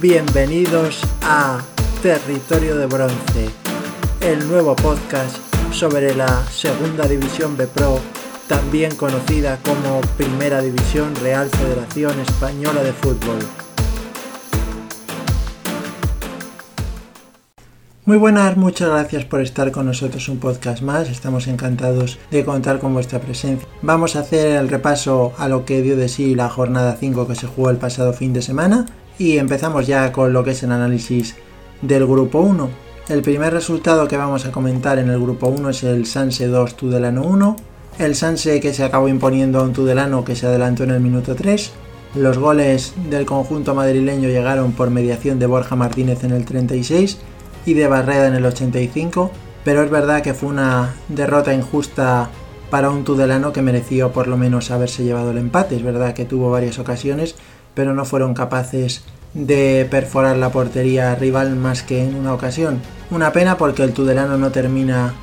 Bienvenidos a Territorio de Bronce, el nuevo podcast sobre la Segunda División B Pro, también conocida como Primera División Real Federación Española de Fútbol. Muy buenas, muchas gracias por estar con nosotros un podcast más, estamos encantados de contar con vuestra presencia. Vamos a hacer el repaso a lo que dio de sí la jornada 5 que se jugó el pasado fin de semana y empezamos ya con lo que es el análisis del grupo 1. El primer resultado que vamos a comentar en el grupo 1 es el Sanse 2, Tudelano 1, el Sanse que se acabó imponiendo a un Tudelano que se adelantó en el minuto 3. Los goles del conjunto madrileño llegaron por mediación de Borja Martínez en el 36 y de Barreda en el 85, pero es verdad que fue una derrota injusta para un Tudelano que mereció por lo menos haberse llevado el empate. Es verdad que tuvo varias ocasiones, pero no fueron capaces de perforar la portería rival más que en una ocasión. Una pena porque el Tudelano no termina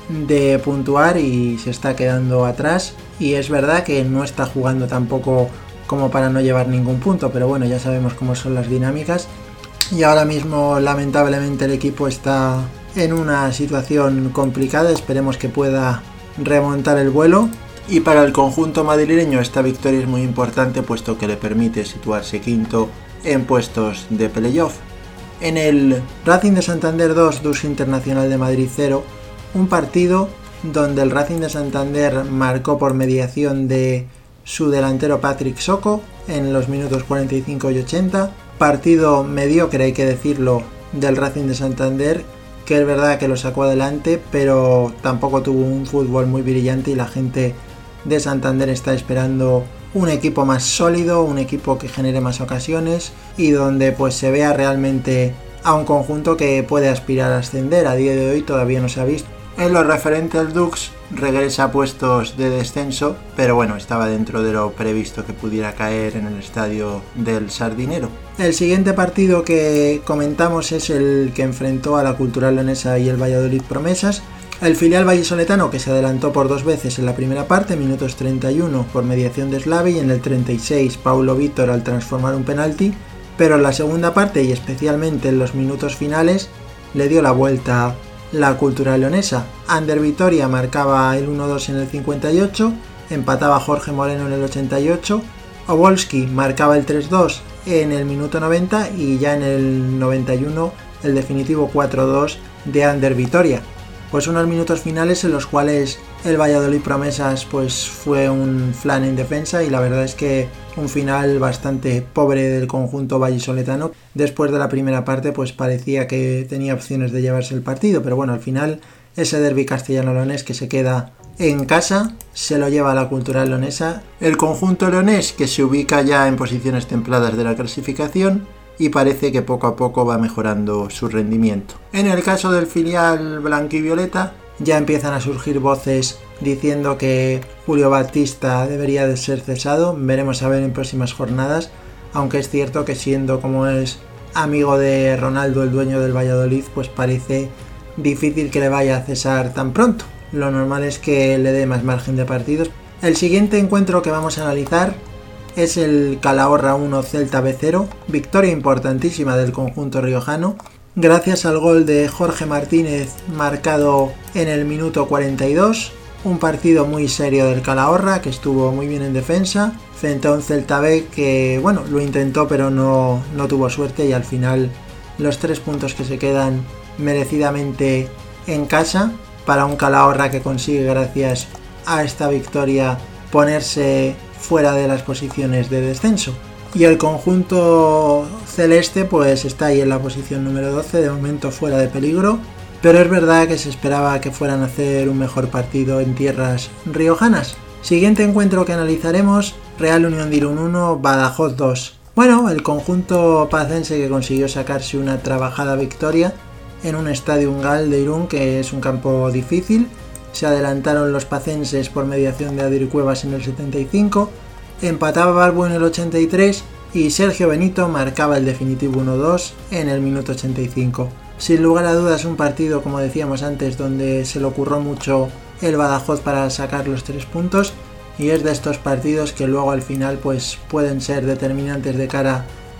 de puntuar y se está quedando atrás, y es verdad que no está jugando tampoco como para no llevar ningún punto, pero bueno, ya sabemos cómo son las dinámicas. Y ahora mismo lamentablemente el equipo está en una situación complicada, esperemos que pueda remontar el vuelo. Y para el conjunto madrileño esta victoria es muy importante puesto que le permite situarse quinto en puestos de playoff. En el Racing de Santander 2, Dus Internacional de Madrid 0, un partido donde el Racing de Santander marcó por mediación de su delantero Patrick Soko en los minutos 45 y 80. Partido mediocre, hay que decirlo, del Racing de Santander, que es verdad que lo sacó adelante, pero tampoco tuvo un fútbol muy brillante y la gente de Santander está esperando un equipo más sólido, un equipo que genere más ocasiones y donde pues se vea realmente a un conjunto que puede aspirar a ascender. A día de hoy todavía no se ha visto. En lo referente al Dux, regresa a puestos de descenso, pero bueno, estaba dentro de lo previsto que pudiera caer en el estadio del Sardinero. El siguiente partido que comentamos es el que enfrentó a la Cultural Leonesa y el Valladolid Promesas. El filial vallisoletano, que se adelantó por dos veces en la primera parte, minutos 31 por mediación de Slavi y en el 36 Paulo Vítor al transformar un penalti, pero en la segunda parte y especialmente en los minutos finales le dio la vuelta la Cultural Leonesa. Ander Vitoria marcaba el 1-2 en el 58, empataba Jorge Moreno en el 88, Obolski marcaba el 3-2 en el minuto 90 y ya en el 91 el definitivo 4-2 de Ander Vitoria. Pues unos minutos finales en los cuales el Valladolid Promesas pues fue un flan en defensa y la verdad es que un final bastante pobre del conjunto vallisoletano. Después de la primera parte pues parecía que tenía opciones de llevarse el partido, pero bueno, al final ese derbi castellano-leonés que se queda en casa se lo lleva a la Cultural Leonesa. El conjunto leonés que se ubica ya en posiciones templadas de la clasificación y parece que poco a poco va mejorando su rendimiento. En el caso del filial blanquivioleta ya empiezan a surgir voces diciendo que Julio Batista debería de ser cesado. Veremos a ver en próximas jornadas, aunque es cierto que siendo como es amigo de Ronaldo, el dueño del Valladolid, pues parece difícil que le vaya a cesar tan pronto. Lo normal es que le dé más margen de partidos. El siguiente encuentro que vamos a analizar es el Calahorra 1 Celta B 0, victoria importantísima del conjunto riojano, gracias al gol de Jorge Martínez marcado en el minuto 42, un partido muy serio del Calahorra que estuvo muy bien en defensa, frente a un Celta B que bueno, lo intentó pero no tuvo suerte y al final los 3 puntos que se quedan merecidamente en casa para un Calahorra que consigue gracias a esta victoria ponerse fuera de las posiciones de descenso. Y el conjunto celeste pues está ahí en la posición número 12, de momento fuera de peligro, pero es verdad que se esperaba que fueran a hacer un mejor partido en tierras riojanas. Siguiente encuentro que analizaremos, Real Unión de Irún 1, Badajoz 2. Bueno, el conjunto pacense que consiguió sacarse una trabajada victoria en un estadio Ungal de Irún, que es un campo difícil. Se adelantaron los pacenses por mediación de Adir Cuevas en el 75, empataba Barbu en el 83 y Sergio Benito marcaba el definitivo 1-2 en el minuto 85. Sin lugar a dudas un partido, como decíamos antes, donde se le ocurrió mucho el Badajoz para sacar los 3 puntos y es de estos partidos que luego al final pues pueden ser determinantes de cara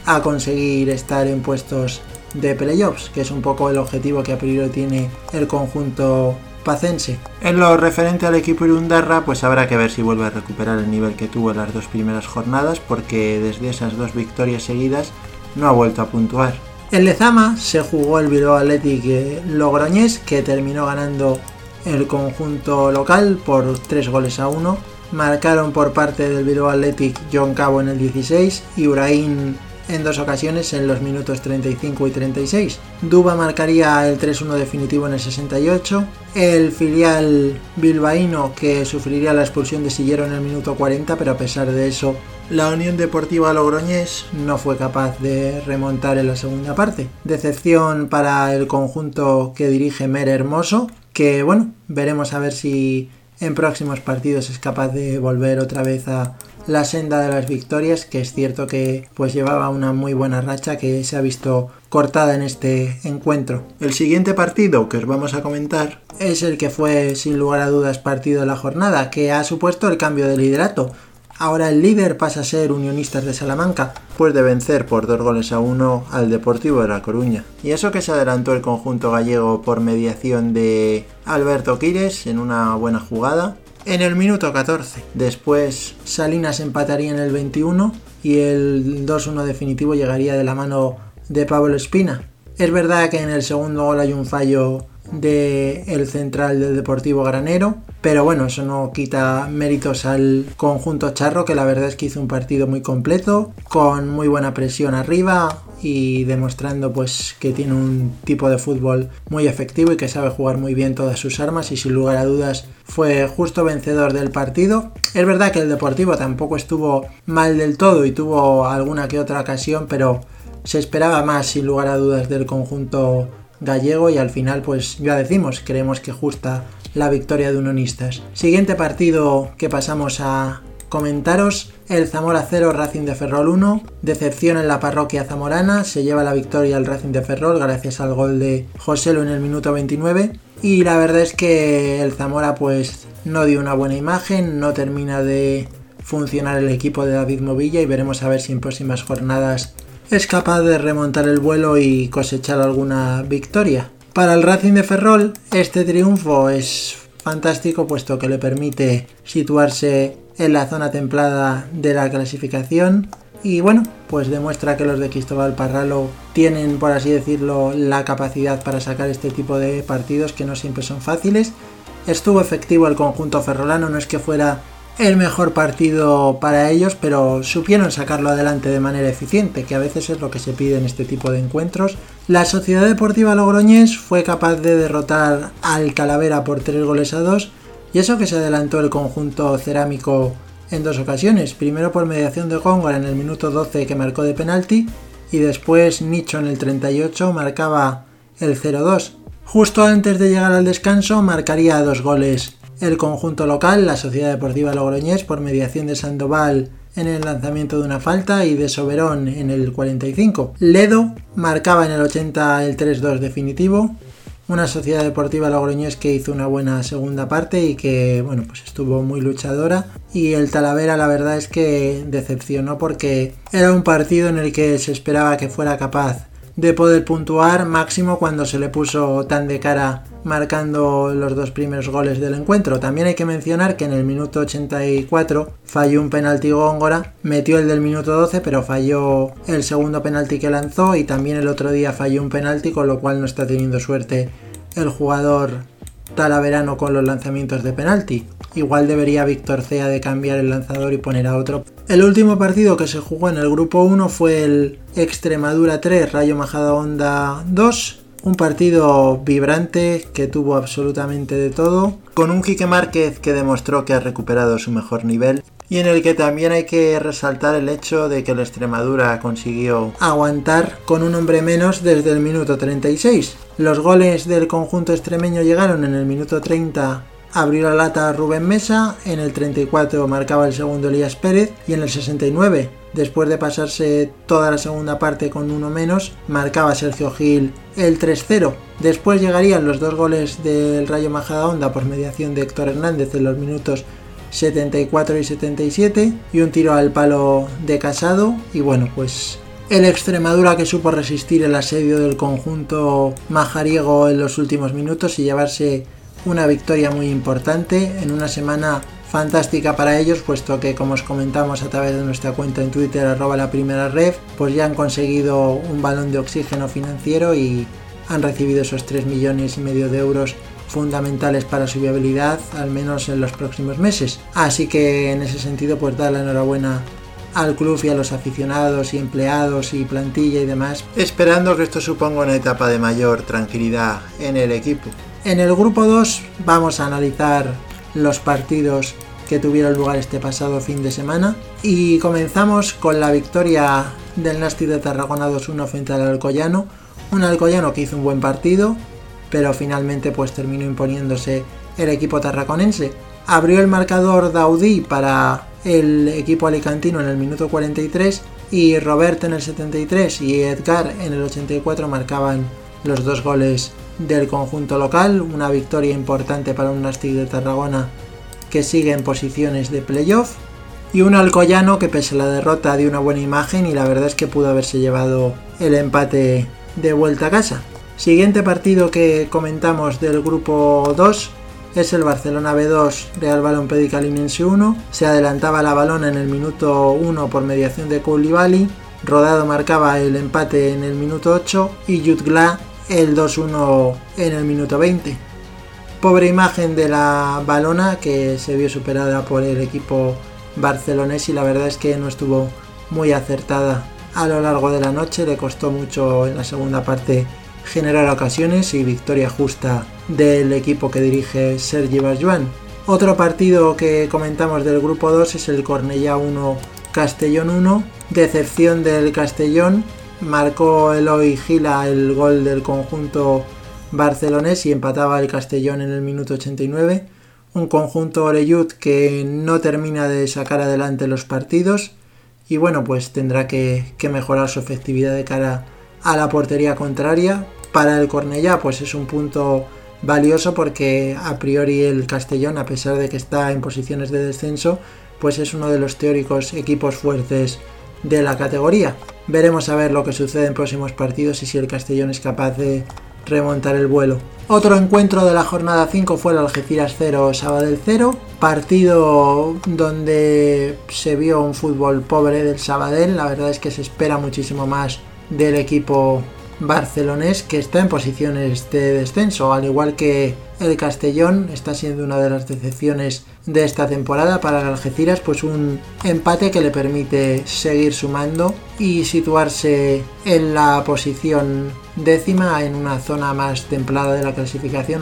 a conseguir estar en puestos de playoffs, que es un poco el objetivo que a priori tiene el conjunto pacense. En lo referente al equipo irundarra, pues habrá que ver si vuelve a recuperar el nivel que tuvo en las 2 primeras jornadas, porque desde esas 2 victorias seguidas no ha vuelto a puntuar. En Lezama se jugó el Bilbao Athletic Logroñés, que terminó ganando el conjunto local por 3-1. Marcaron por parte del Bilbao Athletic John Cabo en el 16 y Uraín en 2 ocasiones en los minutos 35 y 36. Duba marcaría el 3-1 definitivo en el 68. El filial bilbaíno, que sufriría la expulsión de Sillero en el minuto 40, pero a pesar de eso la Unión Deportiva Logroñés no fue capaz de remontar en la segunda parte. Decepción para el conjunto que dirige Mere Hermoso, que bueno, veremos a ver si en próximos partidos es capaz de volver otra vez a la senda de las victorias, que es cierto que pues llevaba una muy buena racha que se ha visto cortada en este encuentro. El siguiente partido que os vamos a comentar es el que fue sin lugar a dudas partido de la jornada, que ha supuesto el cambio de liderato. Ahora el líder pasa a ser Unionistas de Salamanca, después de vencer por 2-1 al Deportivo de La Coruña. Y eso que se adelantó el conjunto gallego por mediación de Alberto Quires en una buena jugada en el minuto 14. Después Salinas empataría en el 21 y el 2-1 definitivo llegaría de la mano de Pablo Espina. Es verdad que en el segundo gol hay un fallo del central del Deportivo Granero, pero bueno, eso no quita méritos al conjunto charro, que la verdad es que hizo un partido muy completo, con muy buena presión arriba y demostrando pues que tiene un tipo de fútbol muy efectivo y que sabe jugar muy bien todas sus armas, y sin lugar a dudas fue justo vencedor del partido. Es verdad que el Deportivo tampoco estuvo mal del todo y tuvo alguna que otra ocasión, pero se esperaba más sin lugar a dudas del conjunto gallego, y al final pues ya decimos, creemos que justa la victoria de Unionistas. Siguiente partido que pasamos a comentaros: el Zamora 0, Racing de Ferrol 1. Decepción en la parroquia zamorana, se lleva la victoria el Racing de Ferrol gracias al gol de Joselu en el minuto 29, y la verdad es que el Zamora pues no dio una buena imagen, no termina de funcionar el equipo de David Movilla, y veremos a ver si en próximas jornadas es capaz de remontar el vuelo y cosechar alguna victoria. Para el Racing de Ferrol este triunfo es fantástico, puesto que le permite situarse en la zona templada de la clasificación, y bueno, pues demuestra que los de Cristóbal Parralo tienen, por así decirlo, la capacidad para sacar este tipo de partidos que no siempre son fáciles. Estuvo efectivo el conjunto ferrolano, no es que fuera el mejor partido para ellos, pero supieron sacarlo adelante de manera eficiente, que a veces es lo que se pide en este tipo de encuentros. La Sociedad Deportiva Logroñés fue capaz de derrotar al Talavera por 3-2, y eso que se adelantó el conjunto cerámico en 2 ocasiones, primero por mediación de Góngora en el minuto 12, que marcó de penalti, y después Nicho en el 38 marcaba el 0-2. Justo antes de llegar al descanso marcaría 2 goles el conjunto local, la Sociedad Deportiva Logroñés, por mediación de Sandoval en el lanzamiento de una falta y de Soberón en el 45. Ledo marcaba en el 80 el 3-2 definitivo. Una Sociedad Deportiva Logroñés que hizo una buena segunda parte y que bueno, pues estuvo muy luchadora, y el Talavera la verdad es que decepcionó, porque era un partido en el que se esperaba que fuera capaz de poder puntuar, máximo cuando se le puso tan de cara marcando los 2 primeros goles del encuentro. También hay que mencionar que en el minuto 84 falló un penalti Góngora, metió el del minuto 12, pero falló el segundo penalti que lanzó, y también el otro día falló un penalti, con lo cual no está teniendo suerte el jugador talaverano con los lanzamientos de penalti. Igual debería Víctor Cea de cambiar el lanzador y poner a otro. El último partido que se jugó en el grupo 1 fue el Extremadura 3, Rayo Majadahonda 2. Un partido vibrante que tuvo absolutamente de todo, con un Quique Márquez que demostró que ha recuperado su mejor nivel, y en el que también hay que resaltar el hecho de que el Extremadura consiguió aguantar con un hombre menos desde el minuto 36. Los goles del conjunto extremeño llegaron en el minuto 30. Abrió la lata Rubén Mesa, en el 34 marcaba el segundo Elías Pérez, y en el 69, después de pasarse toda la segunda parte con uno menos, marcaba Sergio Gil el 3-0. Después llegarían los 2 goles del Rayo Majadahonda por mediación de Héctor Hernández en los minutos 74 y 77, y un tiro al palo de Casado, y bueno, pues El Extremadura, que supo resistir el asedio del conjunto majariego en los últimos minutos y llevarse una victoria muy importante en una semana fantástica para ellos, puesto que, como os comentamos a través de nuestra cuenta en Twitter @laprimeraref, pues ya han conseguido un balón de oxígeno financiero y han recibido esos 3,5 millones de euros fundamentales para su viabilidad, al menos en los próximos meses. Así que en ese sentido, pues dar la enhorabuena al club y a los aficionados y empleados y plantilla y demás, esperando que esto suponga una etapa de mayor tranquilidad en el equipo. En el grupo 2 vamos a analizar los partidos que tuvieron lugar este pasado fin de semana y comenzamos con la victoria del Nástic de Tarragona 2-1 frente al Alcoyano, un Alcoyano que hizo un buen partido, pero finalmente pues terminó imponiéndose el equipo tarraconense. Abrió el marcador Daudí para el equipo alicantino en el minuto 43 y Roberto en el 73 y Edgar en el 84 marcaban los 2 goles del conjunto local, una victoria importante para un Nástic de Tarragona que sigue en posiciones de playoff y un Alcoyano que pese a la derrota dio una buena imagen y la verdad es que pudo haberse llevado el empate de vuelta a casa. Siguiente partido que comentamos del grupo 2 es el Barcelona B2 Real Balompédica Linense 1. Se adelantaba la Balona en el minuto 1 por mediación de Koulibaly, Rodado marcaba el empate en el minuto 8 y Jutgla el 2-1 en el minuto 20. Pobre imagen de la Balona, que se vio superada por el equipo barcelonés y la verdad es que no estuvo muy acertada a lo largo de la noche, le costó mucho en la segunda parte generar ocasiones y victoria justa del equipo que dirige Sergi Barjuan. Otro partido que comentamos del grupo 2 es el Cornellá 1 Castellón 1, decepción del Castellón, marcó Eloy Gila el gol del conjunto barcelonés y empataba el Castellón en el minuto 89, un conjunto orellut que no termina de sacar adelante los partidos y bueno, pues tendrá que mejorar su efectividad de cara a la portería contraria. Para el Cornellá pues es un punto valioso porque a priori el Castellón, a pesar de que está en posiciones de descenso, pues es uno de los teóricos equipos fuertes de la categoría. Veremos a ver lo que sucede en próximos partidos y si el Castellón es capaz de remontar el vuelo. Otro encuentro de la jornada 5 fue el Algeciras 0 Sabadell 0, partido donde se vio un fútbol pobre del Sabadell. La verdad es que se espera muchísimo más del equipo barcelonés, que está en posiciones de descenso, al igual que el Castellón. Está siendo una de las decepciones de esta temporada para el Algeciras, pues un empate que le permite seguir sumando y situarse en la posición 10ª, en una zona más templada de la clasificación.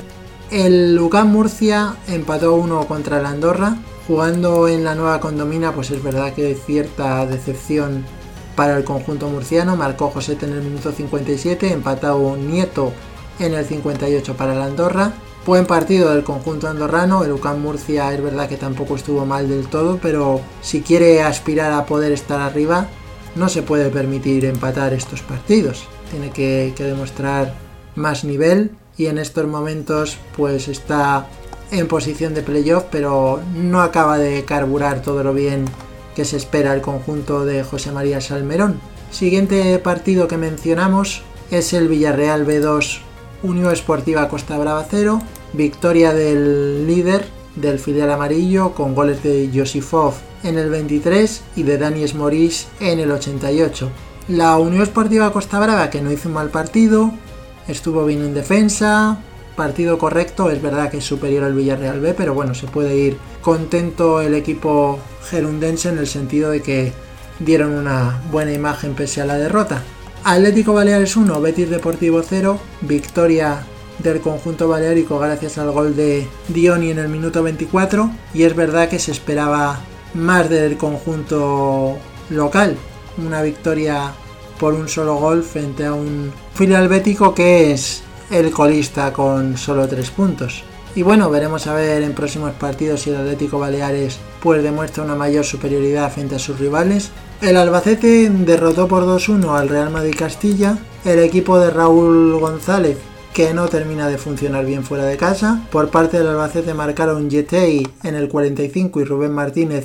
El UCAM Murcia empató 1 contra el Andorra, jugando en la nueva condomina, pues es verdad que hay cierta decepción para el conjunto murciano. Marcó Josete en el minuto 57, empatado Nieto en el 58 para el Andorra. Buen partido del conjunto andorrano. El UCAM Murcia es verdad que tampoco estuvo mal del todo, pero si quiere aspirar a poder estar arriba no se puede permitir empatar estos partidos, tiene que demostrar más nivel y en estos momentos pues está en posición de playoff, pero no acaba de carburar todo lo bien que se espera el conjunto de José María Salmerón. Siguiente partido que mencionamos es el Villarreal B2 Unión Esportiva Costa Brava 0, victoria del líder del filial amarillo con goles de Josifov en el 23 y de Dani Esmorís en el 88. La Unión Esportiva Costa Brava, que no hizo un mal partido, estuvo bien en defensa, partido correcto, es verdad que es superior al Villarreal B, pero bueno, se puede ir contento el equipo gerundense en el sentido de que dieron una buena imagen pese a la derrota. Atlético Baleares 1, Betis Deportivo 0, victoria del conjunto baleárico gracias al gol de Dioni en el minuto 24 y es verdad que se esperaba más del conjunto local, una victoria por un solo gol frente a un filial bético que es el colista con solo 3 puntos. Y bueno, veremos a ver en próximos partidos si el Atlético Baleares pues demuestra una mayor superioridad frente a sus rivales. El Albacete derrotó por 2-1 al Real Madrid Castilla, el equipo de Raúl González que no termina de funcionar bien fuera de casa. Por parte del Albacete marcaron Yetey en el 45 y Rubén Martínez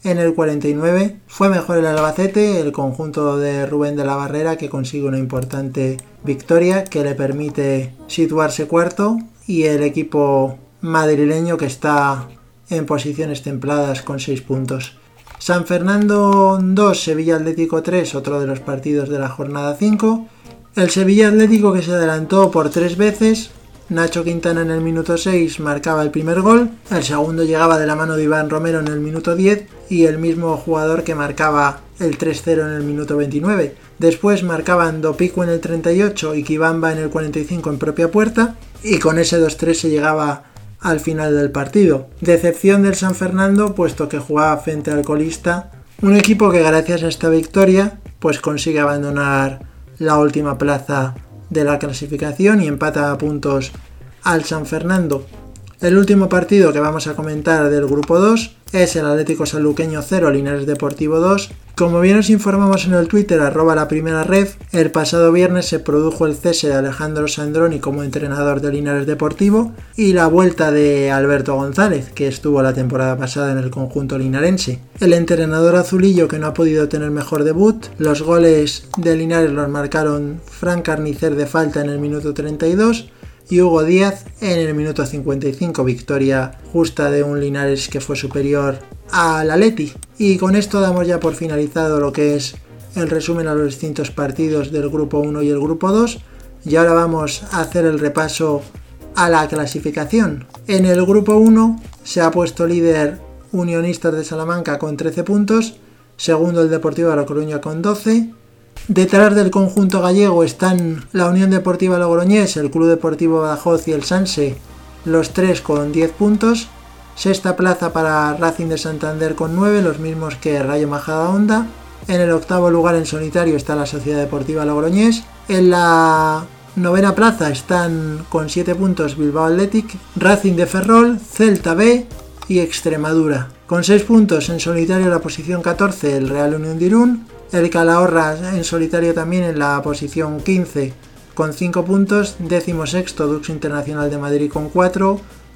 En el 49 fue mejor el Albacete, el conjunto de Rubén de la Barrera, que consigue una importante victoria que le permite situarse cuarto, y el equipo madrileño que está en posiciones templadas con 6 puntos. San Fernando 2, Sevilla Atlético 3, otro de los partidos de la jornada 5. El Sevilla Atlético, que se adelantó por 3 veces. Nacho Quintana en el minuto 6 marcaba el primer gol, el segundo llegaba de la mano de Iván Romero en el minuto 10 y el mismo jugador que marcaba el 3-0 en el minuto 29. Después marcaban Dopico en el 38 y Kibamba en el 45 en propia puerta, y con ese 2-3 se llegaba al final del partido. Decepción del San Fernando, puesto que jugaba frente al colista, un equipo que gracias a esta victoria pues consigue abandonar la última plaza de la clasificación y empata a puntos al San Fernando. El último partido que vamos a comentar del grupo 2 es el Atlético Sanluqueño 0, Linares Deportivo 2. Como bien os informamos en el Twitter @laprimeraref, el pasado viernes se produjo el cese de Alejandro Sandroni como entrenador de Linares Deportivo y la vuelta de Alberto González, que estuvo la temporada pasada en el conjunto linarense. El entrenador azulillo, que no ha podido tener mejor debut. Los goles de Linares los marcaron Fran Carnicer de falta en el minuto 32 y Hugo Díaz en el minuto 55, victoria justa de un Linares que fue superior al Atleti. Y con esto damos ya por finalizado lo que es el resumen a los distintos partidos del grupo 1 y el grupo 2, y ahora vamos a hacer el repaso a la clasificación. En el grupo 1 se ha puesto líder Unionistas de Salamanca con 13 puntos, segundo el Deportivo de La Coruña con 12. Detrás del conjunto gallego están la Unión Deportiva Logroñés, el Club Deportivo Badajoz y el Sanse, los tres con 10 puntos. Sexta plaza para Racing de Santander con 9, los mismos que Rayo Majadahonda. En el octavo lugar en solitario está la Sociedad Deportiva Logroñés. En la novena plaza están con 7 puntos Bilbao Athletic, Racing de Ferrol, Celta B y Extremadura. Con 6 puntos en solitario la posición 14 el Real Unión de Irún. El Calahorra en solitario también en la posición 15 con 5 puntos. 16º Dux Internacional de Madrid con 4.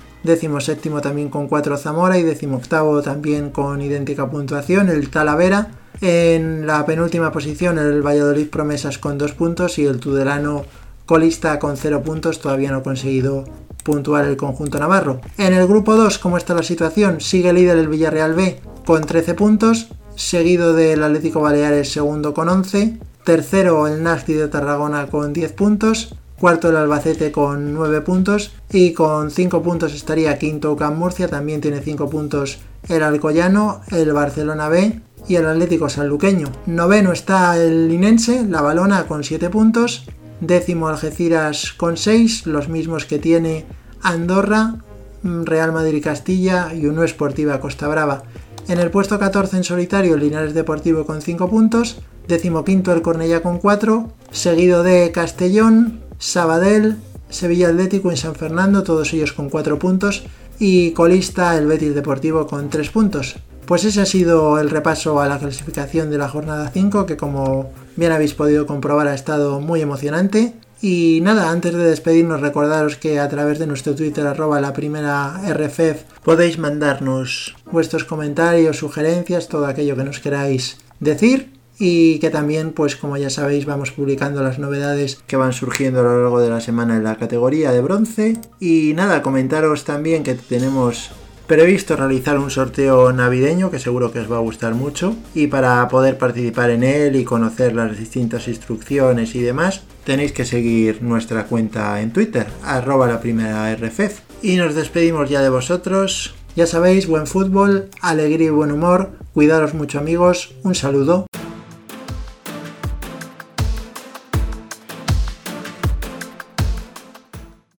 17º también con 4 Zamora y 18º también con idéntica puntuación el Talavera. En la penúltima posición el Valladolid Promesas con 2 puntos y el Tudelano colista con 0 puntos, todavía no ha conseguido puntuar el conjunto navarro. En el grupo 2, ¿cómo está la situación? Sigue líder el Villarreal B con 13 puntos, seguido del Atlético Baleares segundo con 11, tercero el Nasti de Tarragona con 10 puntos, cuarto el Albacete con 9 puntos y con 5 puntos estaría quinto UCAM Murcia, también tiene 5 puntos el Alcoyano, el Barcelona B y el Atlético Sanluqueño. Noveno está el Linense, La Valona con 7 puntos, décimo Algeciras con 6, los mismos que tiene Andorra, Real Madrid Castilla y Unión Esportiva Costa Brava. En el puesto 14 en solitario el Linares Deportivo con 5 puntos, 15º el Cornellá con 4, seguido de Castellón, Sabadell, Sevilla Atlético y San Fernando, todos ellos con 4 puntos, y colista el Betis Deportivo con 3 puntos. Pues ese ha sido el repaso a la clasificación de la jornada 5, que como bien habéis podido comprobar ha estado muy emocionante. Y nada, antes de despedirnos, recordaros que a través de nuestro Twitter @laprimeraref podéis mandarnos vuestros comentarios, sugerencias, todo aquello que nos queráis decir, y que también, pues como ya sabéis, vamos publicando las novedades que van surgiendo a lo largo de la semana en la categoría de bronce. Y nada, comentaros también que tenemos previsto realizar un sorteo navideño que seguro que os va a gustar mucho, y para poder participar en él y conocer las distintas instrucciones y demás tenéis que seguir nuestra cuenta en Twitter @laprimeraref. Y nos despedimos ya de vosotros. Ya sabéis, buen fútbol, alegría y buen humor, cuidaros mucho amigos, un saludo.